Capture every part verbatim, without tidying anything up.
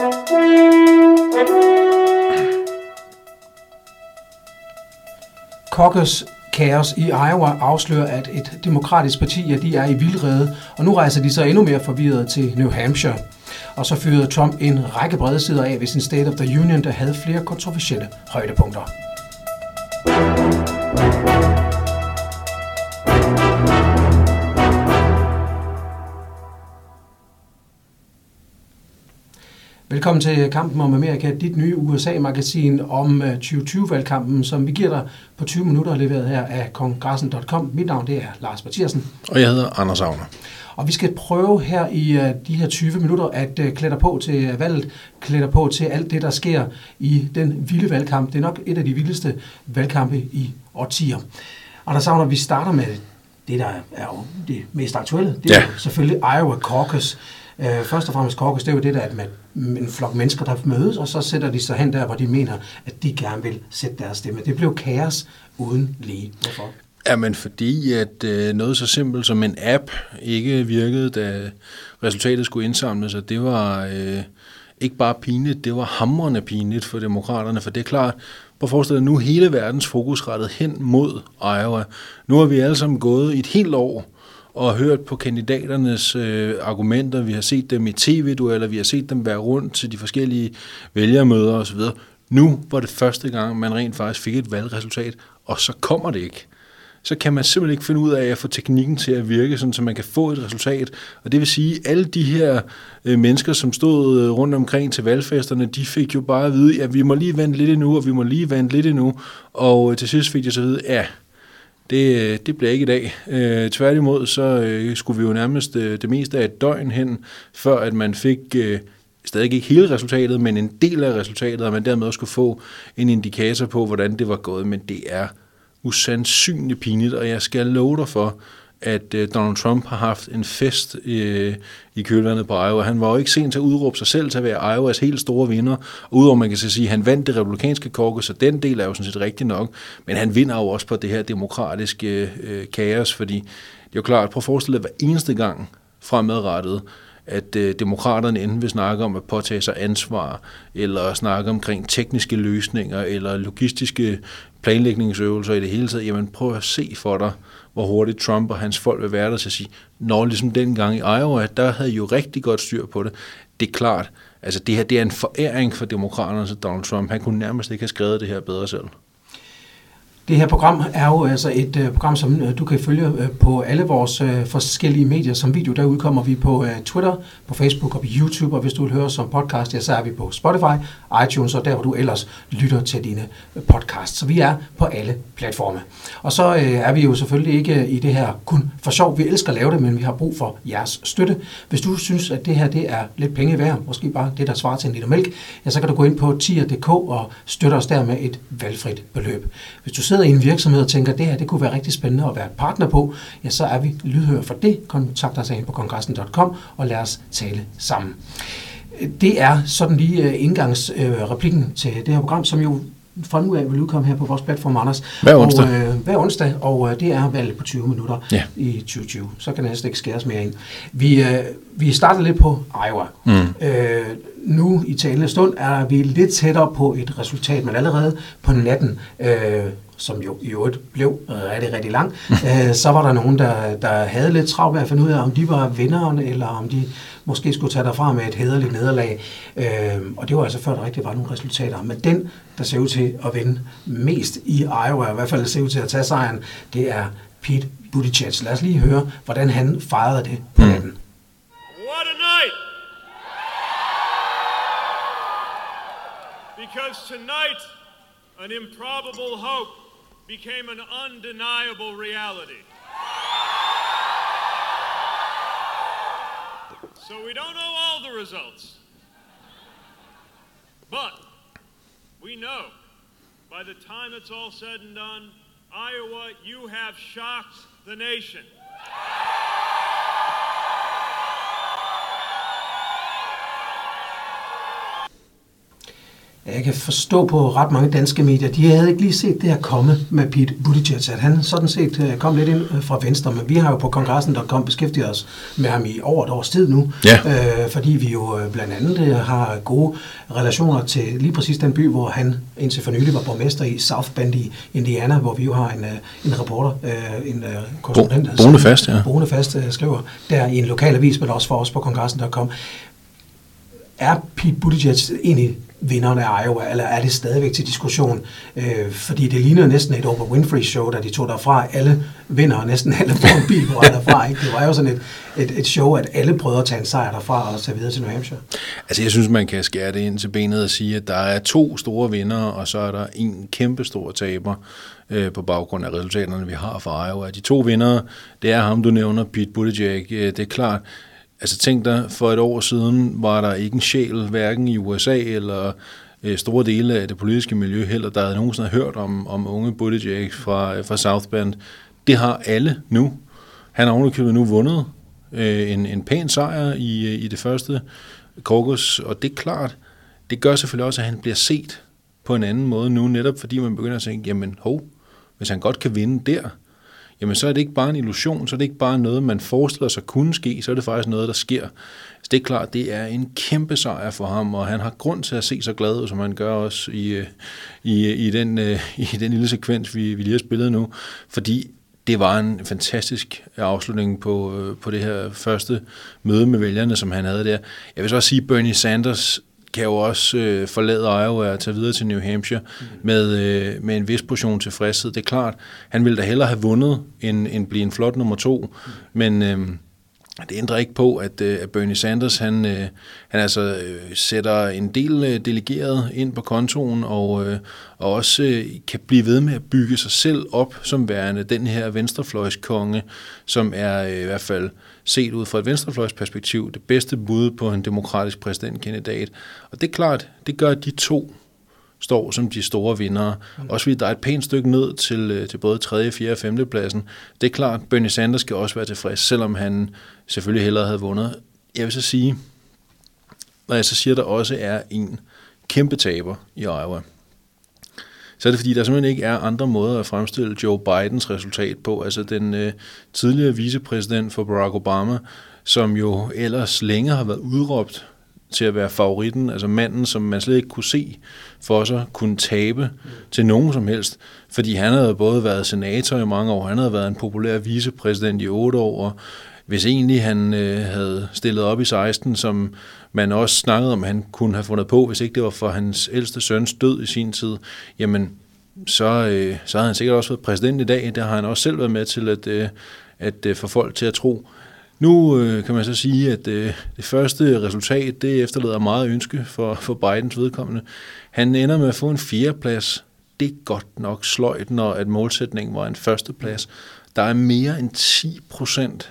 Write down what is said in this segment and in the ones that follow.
Caucus kaos i Iowa afslører, at et demokratisk parti, ja, de er i vildrede, og nu rejser de så endnu mere forvirret til New Hampshire. Og så fyrede Trump en række bredsider af ved sin State of the Union, der havde flere kontroversielle højdepunkter. Velkommen til Kampen om Amerika, dit nye U S A-magasin om tyve tyve-valgkampen, som vi giver dig på tyve minutter, leveret her af kongressen punktum com. Mit navn det er Lars Mathiasen. Og jeg hedder Anders Agner. Og vi skal prøve her i uh, de her tyve minutter at uh, klæde på til valget, klæde på til alt det, der sker i den vilde valgkamp. Det er nok et af de vildeste valgkampe i årtier. Og der savner vi starter med det, der er jo det mest aktuelle. Det er ja. selvfølgelig Iowa Caucus. Uh, først og fremmest Caucus, det er jo det der, at med en flok mennesker, der mødes, og så sætter de sig hen der, hvor de mener, at de gerne vil sætte deres stemme. Det blev kaos uden lige. Hvorfor? Jamen fordi, at øh, noget så simpelt som en app ikke virkede, da resultatet skulle indsamles, og det var øh, ikke bare pinligt, det var hamrende pinligt for demokraterne, for det er klart, på forestillet nu hele verdens fokus rettet hen mod Iowa. Nu har vi alle sammen gået i et helt år og hørt på kandidaternes øh, argumenter, vi har set dem i tv-dueller, vi har set dem være rundt til de forskellige vælgermøder osv. Nu var det første gang, man rent faktisk fik et valgresultat, og så kommer det ikke. Så kan man simpelthen ikke finde ud af at få teknikken til at virke, sådan, så man kan få et resultat. Og det vil sige, at alle de her øh, mennesker, som stod øh, rundt omkring til valgfesterne, de fik jo bare at vide, at vi må lige vente lidt endnu, og vi må lige vente lidt endnu. Og øh, til sidst fik de så at vide, ja, det, det bliver ikke i dag. Øh, tværtimod, så øh, skulle vi jo nærmest øh, det meste af et døgn hen, før at man fik øh, stadig ikke hele resultatet, men en del af resultatet, og man dermed også skulle få en indikator på, hvordan det var gået. Men det er usandsynligt pinligt, og jeg skal love dig for, at øh, Donald Trump har haft en fest øh, i kølvandet på Iowa. Han var jo ikke sent til at udråbe sig selv til at være Iowas helt store vinder, og udover man kan så sige, at han vandt det republikanske caucus, så den del er jo sådan set rigtig nok, men han vinder jo også på det her demokratiske øh, kaos, fordi det er jo klart, prøv at forestille dig, hver eneste gang fremadrettet, at øh, demokraterne enten vil snakke om at påtage sig ansvar, eller snakke omkring tekniske løsninger, eller logistiske planlægningsøvelser i det hele taget, jamen prøv at se for dig, hvor hurtigt Trump og hans folk vil være der til at sige, når ligesom dengang i Iowa, der havde jo rigtig godt styr på det. Det er klart, altså det her, det er en foræring for demokraterne til Donald Trump. Han kunne nærmest ikke have skrevet det her bedre selv. Det her program er jo altså et uh, program, som uh, du kan følge uh, på alle vores uh, forskellige medier. Som video, der udkommer vi på uh, Twitter, på Facebook og på YouTube. Og hvis du vil høre som podcast, ja, så er vi på Spotify, iTunes og der, hvor du ellers lytter til dine podcasts. Så vi er på alle platforme. Og så uh, er vi jo selvfølgelig ikke i det her kun for sjov. Vi elsker at lave det, men vi har brug for jeres støtte. Hvis du synes, at det her det er lidt penge værd, måske bare det, der svarer til en liter mælk, ja, så kan du gå ind på tier punktum d k og støtte os der med et valgfrit beløb. Hvis du sidder i en virksomhed og tænker, at det her det kunne være rigtig spændende at være partner på, ja, så er vi lydhør for det. Kontakt os ind på kongressen punktum com og lad os tale sammen. Det er sådan lige indgangsreplikken til det her program, som jo fra nu af vil udkomme her på vores platform, Anders. Hver onsdag. Og, øh, hver onsdag, og øh, det er valget på tyve minutter ja. i tyve tyve. Så kan det næsten ikke skæres mere ind. Vi, øh, vi starter lidt på Iowa. Mm. Øh, nu i talende stund er vi lidt tættere på et resultat, men allerede på natten, øh, som jo i øvrigt blev rigtig, rigtig lang, øh, så var der nogen, der, der havde lidt travlt med at finde ud af, om de var vinderen, eller om de måske skulle tage derfra med et hæderligt nederlag. Øh, og det var altså før, der rigtig var nogle resultater. Men den, der ser ud til at vinde mest i Iowa, i hvert fald ser ud til at tage sejren, det er Pete Buttigieg. Lad os lige høre, hvordan han fejrede det på natten. What a night! Because tonight, an improbable hope became an undeniable reality. So we don't know all the results, but we know by the time it's all said and done, Iowa, you have shocked the nation. Jeg kan forstå på ret mange danske medier, de havde ikke lige set det her komme med Pete Buttigieg, at han sådan set kom lidt ind fra venstre, men vi har jo på kongressen punktum com beskæftiget os med ham i over et års tid nu, ja. øh, fordi vi jo blandt andet har gode relationer til lige præcis den by, hvor han indtil for nylig var borgmester i South Bend i Indiana, hvor vi jo har en, en reporter, en korrespondent, Bo, boende fast, ja. Boende fast skriver der i en lokal avis, men også for os på kongressen punktum com. Er Pete Buttigieg egentlig vinderne af Iowa, eller er det stadigvæk til diskussion? Øh, fordi det ligner næsten et Oprah Winfrey-show, da de tog derfra. Alle vinder, og næsten alle får en bil på vej derfra. Ikke? Det var jo sådan et, et, et show, at alle prøvede at tage en sejr derfra og tage videre til New Hampshire. Altså jeg synes, man kan skære det ind til benet og sige, at der er to store vindere, og så er der en kæmpe stor taber øh, på baggrund af resultaterne, vi har fra Iowa. De to vindere, det er ham, du nævner, Pete Buttigieg. Det er klart. Altså tænk dig, for et år siden var der ikke en sjæl, hverken i U S A eller øh, store dele af det politiske miljø heller, der havde nogensinde hørt om, om unge Buttigieg fra, fra South Bend. Det har alle nu. Han har ovenikøbet nu vundet øh, en, en pæn sejr i, i det første caucus, og det er klart, det gør selvfølgelig også, at han bliver set på en anden måde nu, netop fordi man begynder at tænke, jamen hov, hvis han godt kan vinde der, jamen så er det ikke bare en illusion, så er det ikke bare noget, man forestiller sig kunne ske, så er det faktisk noget, der sker. Så det er klart, det er en kæmpe sejr for ham, og han har grund til at se så glad ud, som han gør også i, i, i, den, i den lille sekvens, vi, vi lige har spillet nu, fordi det var en fantastisk afslutning på, på det her første møde med vælgerne, som han havde der. Jeg vil så også sige, at Bernie Sanders kan jo også øh, forlade Iowa og tage videre til New Hampshire mm. med, øh, med en vis portion tilfredshed. Det er klart, han ville da hellere have vundet, end, end blive en flot nummer to, mm. men øh, det ændrer ikke på, at, øh, at Bernie Sanders, han, øh, han altså øh, sætter en del øh, delegeret ind på kontoen, og, øh, og også øh, kan blive ved med at bygge sig selv op som værende den her venstrefløjskonge, som er øh, i hvert fald set ud fra et venstrefløjsperspektiv det bedste bud på en demokratisk præsidentkandidat. Og det er klart, det gør, at de to står som de store vindere. Mm. Også fordi der er et pænt stykke ned til, til både tredje, fjerde og femte pladsen. Det er klart, at Bernie Sanders skal også være tilfreds, selvom han selvfølgelig hellere havde vundet. Jeg vil så sige, når jeg så siger, at der også er en kæmpe taber i Iowa, så er det fordi, der simpelthen ikke er andre måder at fremstille Joe Bidens resultat på. Altså den øh, tidligere vicepræsident for Barack Obama, som jo ellers længe har været udråbt til at være favoritten, altså manden, som man slet ikke kunne se for sig, kunne tabe mm. til nogen som helst, fordi han havde både været senator i mange år, han havde været en populær vicepræsident i otte år, og hvis egentlig han øh, havde stillet op i seksten, som man også snakkede om, han kunne have fundet på, hvis ikke det var for hans ældste søns død i sin tid, jamen så, øh, så havde han sikkert også været præsident i dag. Der har han også selv været med til at, øh, at øh, få folk til at tro. Nu øh, kan man så sige, at øh, det første resultat, det efterlader meget ønske for, for Bidens vedkommende. Han ender med at få en fjerdeplads. Det er godt nok sløjt, når at målsætningen var en førsteplads. Der er mere end ti procent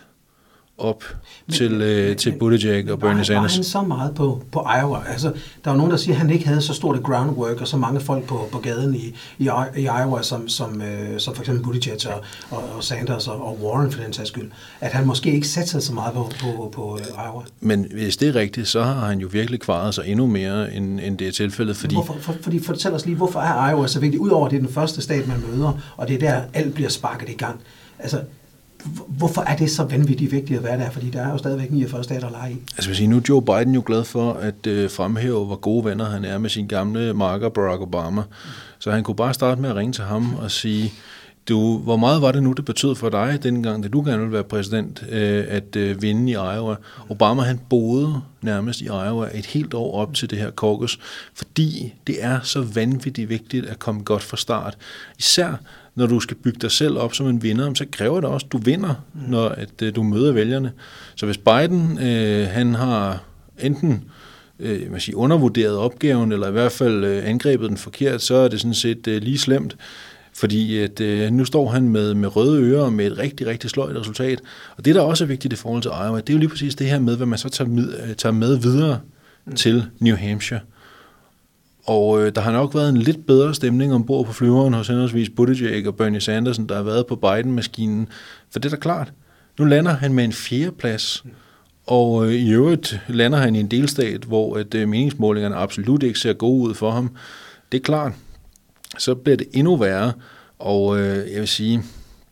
op men, til, øh, men, til Buttigieg og Bernie Sanders. Var han så meget på, på Iowa? Altså, der er jo nogen, der siger, at han ikke havde så stort et groundwork og så mange folk på, på gaden i, i, i Iowa, som, som, øh, som for eksempel Buttigieg og, og, og Sanders og, og Warren for den sags skyld. At han måske ikke satte sig så meget på, på, på uh, Iowa. Men hvis det er rigtigt, så har han jo virkelig kvaret sig endnu mere, end, end det er tilfældet. Fordi... Hvorfor, for, fordi fortæl os lige, hvorfor er Iowa så vigtigt? Udover det er den første stat, man møder, og det er der, alt bliver sparket i gang. Altså, hvorfor er det så vanvittigt vigtigt at være der? Fordi der er jo stadigvæk niogfyrre stater at lege i. Altså vil sige, nu er Joe Biden jo glad for at øh, fremhæve, hvor gode venner han er med sin gamle marker Barack Obama. Mm. Så han kunne bare starte med at ringe til ham og sige, du, hvor meget var det nu, det betød for dig, dengang, da du gerne ville være præsident, øh, at øh, vinde i Iowa? Obama, han boede nærmest i Iowa et helt år op til det her caucus, fordi det er så vanvittigt vigtigt at komme godt fra start. Især når du skal bygge dig selv op som en vinder, så kræver det også, at du vinder, når at, øh, du møder vælgerne. Så hvis Biden, øh, han har enten øh, man siger, undervurderet opgaven, eller i hvert fald øh, angrebet den forkert, så er det sådan set øh, lige slemt. Fordi at, øh, nu står han med, med røde ører med et rigtig, rigtig sløjt resultat. Og det, der også er vigtigt i forhold til Iowa, det er jo lige præcis det her med, hvad man så tager med, tager med videre mm. til New Hampshire. Og øh, der har nok været en lidt bedre stemning ombord på flyveren hos henholdsvis Buttigieg og Bernie Sanders, der har været på Biden-maskinen. For det er da klart. Nu lander han med en fjerdeplads. Mm. Og øh, i øvrigt lander han i en delstat, hvor at, øh, meningsmålingerne absolut ikke ser gode ud for ham. Det er klart, så bliver det endnu værre, og øh, jeg vil sige,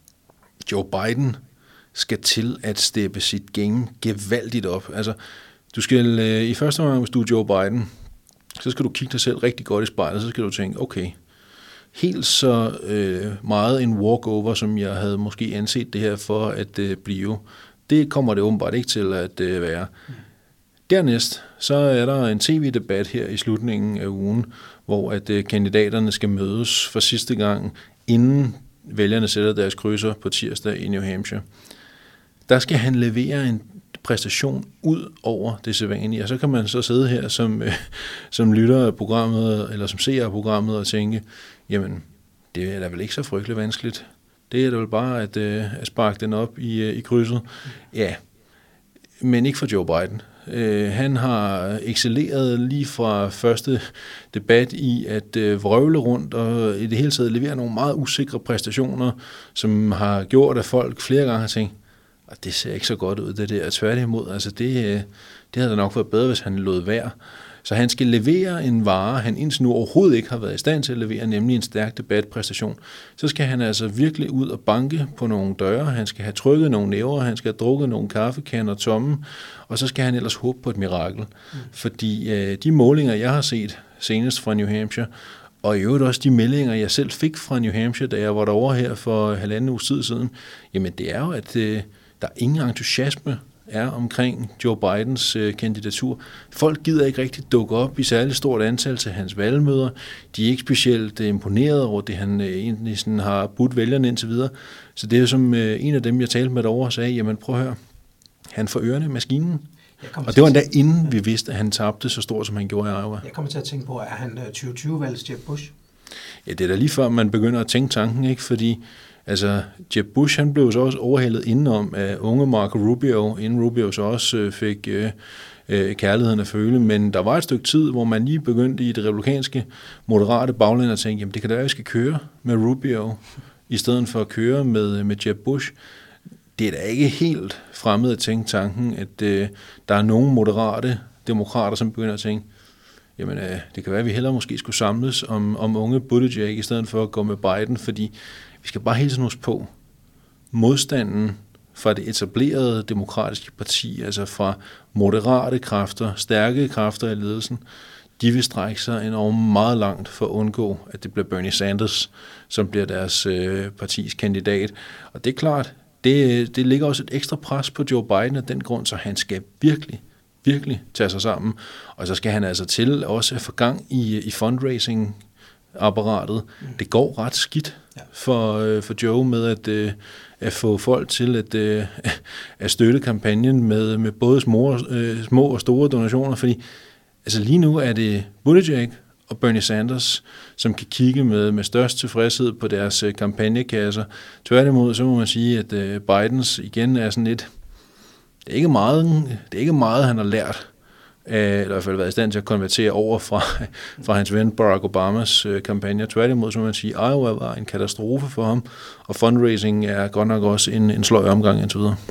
Joe Biden skal til at steppe sit game gevaldigt op. Altså, du skal øh, i første omgang, hvis du er Joe Biden, så skal du kigge dig selv rigtig godt i spejlet, så skal du tænke, okay, helt så øh, meget en walkover, som jeg havde måske anset det her for at øh, blive, det kommer det åbenbart ikke til at øh, være. Dernæst, så er der en tv-debat her i slutningen af ugen, hvor at øh, kandidaterne skal mødes for sidste gang, inden vælgerne sætter deres krydser på tirsdag i New Hampshire. Der skal han levere en præstation ud over det sædvanlige, og så kan man så sidde her som, øh, som lytter af programmet, eller som seer af programmet, og tænke, jamen, det er da vel ikke så frygteligt vanskeligt. Det er da vel bare at, øh, at sparke den op i, øh, i krydset. Ja, men ikke for Joe Biden. Øh, han har excelleret lige fra første debat i at øh, vrøvle rundt og i det hele taget levere nogle meget usikre præstationer, som har gjort, at folk flere gange har tænkt, at det ser ikke så godt ud, det der. Tværtimod, altså det, øh, det havde da nok været bedre, hvis han lod være. Så han skal levere en vare, han indtil nu overhovedet ikke har været i stand til at levere, nemlig en stærk debatpræstation. Så skal han altså virkelig ud og banke på nogle døre, han skal have trykket nogle næver, han skal have drukket nogle kaffekander tomme, og så skal han ellers håbe på et mirakel. Mm. Fordi øh, de målinger, jeg har set senest fra New Hampshire, og i øvrigt også de meldinger, jeg selv fik fra New Hampshire, da jeg var derovre her for halvanden uges tid siden, jamen det er jo, at øh, der er ingen entusiasme er omkring Joe Bidens øh, kandidatur. Folk gider ikke rigtig dukke op i særligt stort antal til hans valgmøder. De er ikke specielt øh, imponeret over det, han øh, egentlig sådan har budt vælgerne indtil videre. Så det er jo som øh, en af dem, jeg talte med derovre, sagde, jamen prøv at høre, han får ørerne i maskinen. Og det var endda inden vi vidste, at han tabte så stort, som han gjorde i Iowa. Jeg kommer til at tænke på, er han tyve tyve-valgets Jeb Bush? Ja, det er da lige før, man begynder at tænke tanken, ikke? Fordi altså, Jeb Bush, han blev så også overhældet indenom af unge Marco Rubio, inden Rubio så også øh, fik øh, øh, kærligheden at føle. Men der var et stykke tid, hvor man lige begyndte i det republikanske moderate bagland at tænke, jamen det kan da være, at vi skal køre med Rubio, i stedet for at køre med, med Jeb Bush. Det er da ikke helt fremmed at tænke tanken, at øh, der er nogle moderate demokrater, som begynder at tænke, jamen øh, det kan være, at vi hellere måske skulle samles om, om unge Buttigieg, i stedet for at gå med Biden, fordi vi skal bare hele tiden huske på, modstanden fra det etablerede demokratiske parti, altså fra moderate kræfter, stærke kræfter i ledelsen, de vil strække sig enormt meget langt for at undgå, at det bliver Bernie Sanders, som bliver deres øh, partis kandidat. Og det er klart, det, det ligger også et ekstra pres på Joe Biden af den grund, så han skal virkelig, virkelig tage sig sammen. Og så skal han altså til også at få gang i, i fundraising apparatet. Mm. Det går ret skidt ja. for, øh, for Joe med at, øh, at få folk til at, øh, at støtte kampagnen med, med både små, øh, små og store donationer, fordi altså lige nu er det Buttigieg og Bernie Sanders, som kan kigge med, med størst tilfredshed på deres øh, kampagnekasser. Tværtimod, så må man sige, at øh, Bidens igen er sådan lidt, det er ikke meget, det er ikke meget han har lært, eller i hvert fald været i stand til at konvertere over fra, fra hans ven Barack Obamas øh, kampagne. Tværtimod, så må man sige, Iowa var en katastrofe for ham, og fundraising er godt nok også en, en sløj omgang indtil videre.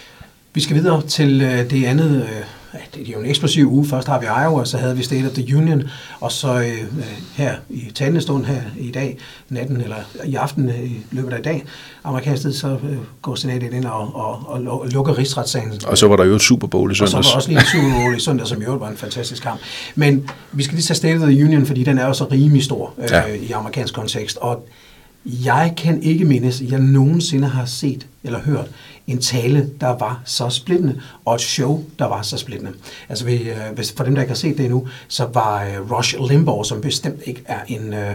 Vi skal videre til øh, det andet. Øh, det er jo en eksplosiv uge. Først har vi Iowa, så havde vi State of the Union, og så øh, her i talende stund her i dag, natten eller i aften øh, i løbet af i dag, amerikansk tid, så øh, går senatet ind og, og, og, og lukker rigsretssagen. Og så var der jo et Super Bowl i søndags. Og så var der også lige et Super Bowl i søndag, som jo var en fantastisk kamp. Men vi skal lige tage State of the Union, fordi den er jo så rimelig stor øh, ja. i amerikansk kontekst, og jeg kan ikke mindes, at jeg nogensinde har set eller hørt en tale, der var så splittende, og et show, der var så splittende. Altså hvis, for dem, der ikke har set det endnu, så var uh, Rush Limbaugh, som bestemt ikke er en uh,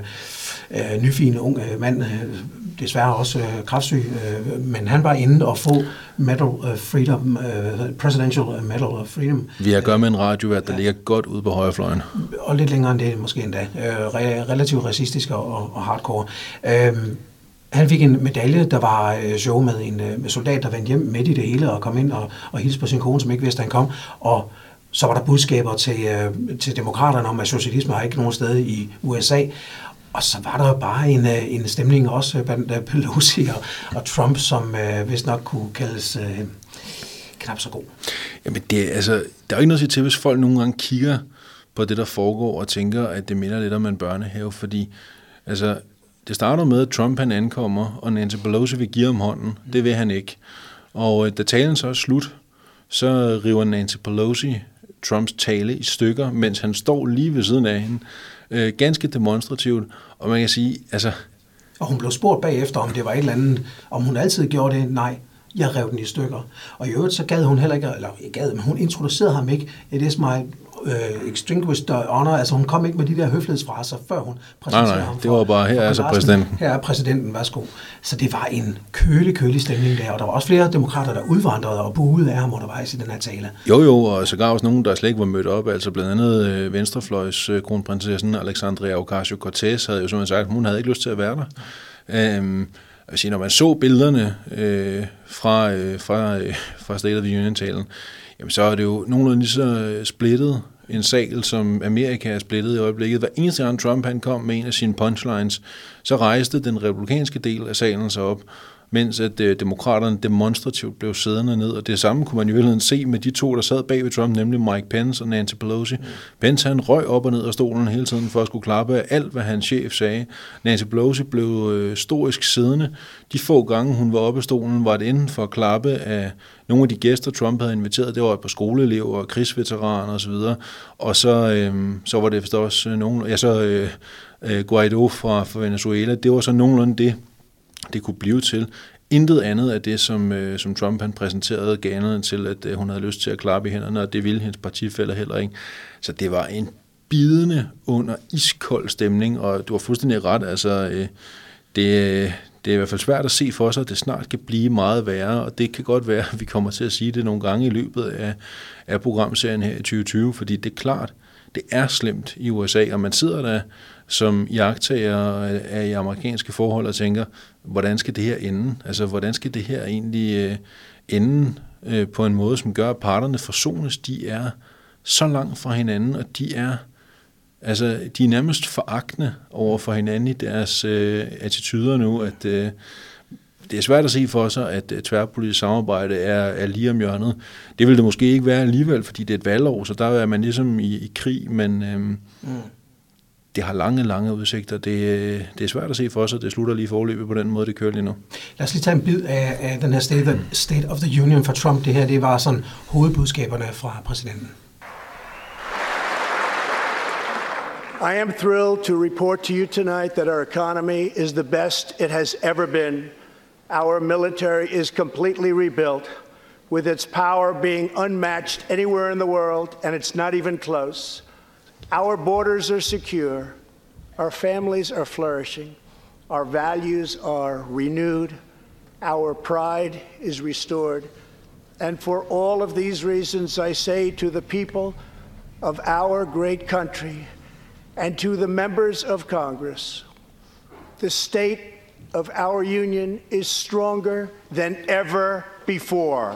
uh, nyfin ung uh, mand, uh, desværre også uh, kræftsyg, uh, men han var inde og få Medal of Freedom, uh, Presidential Medal of Freedom. Vi har gør med en radiovært, der uh, ligger godt ude på højrefløjen. Og lidt længere end det, måske endda. Uh, re- relativt racistisk og, og hardcore. Uh, Han fik en medalje, der var øh, show med en øh, soldat, der vendte hjem midt i det hele og kom ind og, og hilste på sin kone, som ikke vidste, at han kom. Og så var der budskaber til, øh, til demokraterne om, at socialisme har ikke nogen sted i U S A. Og så var der jo bare en, øh, en stemning også blandt øh, Pelosi og, og Trump, som øh, vist nok kunne kaldes... Øh, knap så god. Jamen, det, altså, der er jo ikke noget at sige til, hvis folk nogle gange kigger på det, der foregår, og tænker, at det minder lidt om en børnehave, fordi altså, det starter med, at Trump han ankommer, og Nancy Pelosi vil give ham hånden. Det vil han ikke. Og da talen så er slut, så river Nancy Pelosi Trumps tale i stykker, mens han står lige ved siden af hende. Øh, ganske demonstrativt, og man kan sige, altså... Og hun blev spurgt bagefter, om det var et eller andet, om hun altid gjorde det. Nej, jeg rev den i stykker. Og i øvrigt så gad hun heller ikke, eller ikke gad, men hun introducerede ham ikke. It is my uh, extinguished honor. Altså hun kom ikke med de der høflighedsfraser, før hun præsenterede nej, nej, ham. For, det var bare, her er altså præsidenten. Her er præsidenten, værsgo. Så det var en kølig, kølig stemning der, og der var også flere demokrater, der udvandrede og buede af ham undervejs i den her tale. Jo, jo, og sågar også nogen, der slet ikke var mødt op, altså blandt andet øh, venstrefløjs øh, kronprinsessen Alexandria Ocasio-Cortez havde jo simpelthen sagt, at hun havde ikke lyst til at være der. Øhm, jeg vil sige, når man så billederne øh, fra, øh, fra, øh, fra State of the Union-talen, jamen så er det jo nogenlunde lige så splittet en sal, som Amerika er splittet i øjeblikket. Hver eneste gang Trump han kom med en af sine punchlines, så rejste den republikanske del af salen sig op, mens at øh, demokraterne demonstrativt blev siddende ned, og det samme kunne man i virkeligheden se med de to, der sad bag ved Trump, nemlig Mike Pence og Nancy Pelosi. Mm. Pence han røg op og ned af stolen hele tiden for at skulle klappe af alt, hvad hans chef sagde. Nancy Pelosi blev øh, storisk siddende. De få gange, hun var oppe af stolen, var det enten for at klappe af nogle af de gæster, Trump havde inviteret. Det var et par skoleelever og krigsveteraner osv. Og så, øh, så var det vist også nogen, ja, så øh, øh, Guaido fra, fra Venezuela. Det var så nogenlunde det, det kunne blive til. Intet andet af det, som, øh, som Trump han præsenterede, gav til, at øh, hun havde lyst til at klappe i hænderne, og det ville hendes partifæller heller ikke. Så det var en bidende under iskold stemning, og du har fuldstændig ret. Altså, øh, det, det er i hvert fald svært at se for sig, at det snart kan blive meget værre, og det kan godt være, at vi kommer til at sige det nogle gange i løbet af, af programserien her i tyve tyve, fordi det er klart, det er slemt i U S A, og man sidder der som iagttager af i amerikanske forhold og tænker, hvordan skal det her ende? Altså, hvordan skal det her egentlig øh, ende øh, på en måde, som gør, at parterne forsones? De er så langt fra hinanden, og de er, altså, de er nærmest foragtende over for hinanden i deres øh, attityder nu, at øh, det er svært at se for sig, at øh, tværpolitisk samarbejde er, er lige om hjørnet. Det vil det måske ikke være alligevel, fordi det er et valgår, så der er man ligesom i, i krig, men øh, mm. det har lange, lange udsigter. Det, det er svært at se for sig, det slutter lige forløbet på den måde, det kører lige nu. Lad os lige tage en bid af, af den her State of, State of the Union for Trump. Det her, det var sådan hovedbudskaberne fra præsidenten. I am thrilled to report to you tonight that our economy is the best it has ever been. Our military is completely rebuilt, with its power being unmatched anywhere in the world, and it's not even close. Our borders are secure, our families are flourishing, our values are renewed, our pride is restored, and for all of these reasons I say to the people of our great country and to the members of Congress, the state of our union is stronger than ever before.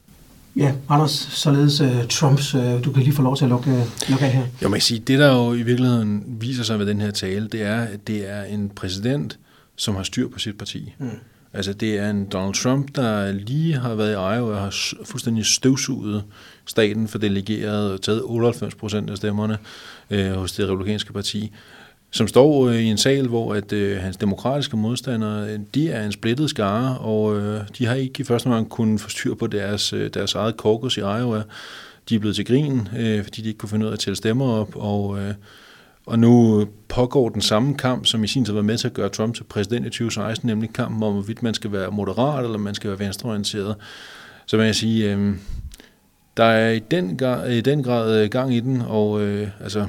Ja, Anders, således uh, Trumps, uh, du kan lige få lov til at lukke, lukke af her. Jeg må sige, det der jo i virkeligheden viser sig ved den her tale, det er, at det er en præsident, som har styr på sit parti. Mm. Altså det er en Donald Trump, der lige har været i Iowa og har fuldstændig støvsuget staten for delegeret og taget otteoghalvfems procent af stemmerne øh, hos det republikanske parti, som står øh, i en sal, hvor at øh, hans demokratiske modstandere, de er en splittet skare, og øh, de har ikke i første omgang kunnet få styr på deres, øh, deres eget caucus i Iowa. De er blevet til grin, øh, fordi de ikke kunne finde ud af at tælle stemmer op, og, øh, og nu pågår den samme kamp, som i sin tid var med til at gøre Trump til præsident i tyve seksten, nemlig kampen om, hvorvidt man skal være moderat, eller man skal være venstreorienteret. Så man kan sige, øh, der er i den, grad, i den grad gang i den, og øh, altså...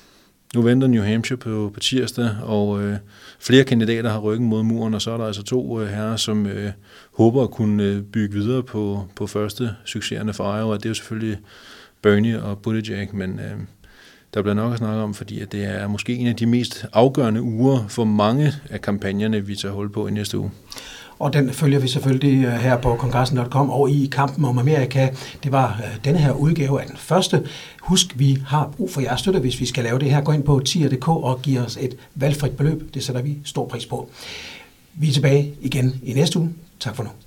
Nu venter New Hampshire på, på tirsdag, og øh, flere kandidater har ryggen mod muren, og så er der altså to øh, herrer, som øh, håber at kunne øh, bygge videre på, på første succeserne for Iowa. Det er jo selvfølgelig Bernie og Buttigieg, men øh, der bliver nok at snakke om, fordi at det er måske en af de mest afgørende uger for mange af kampagnerne, vi tager hold på i næste uge. Og den følger vi selvfølgelig her på kongressen punktum com og i Kampen om Amerika. Det var denne her udgave af den første. Husk, vi har brug for jeres støtte, hvis vi skal lave det her. Gå ind på tier punktum d k og giv os et valgfrit beløb. Det sætter vi stor pris på. Vi er tilbage igen i næste uge. Tak for nu.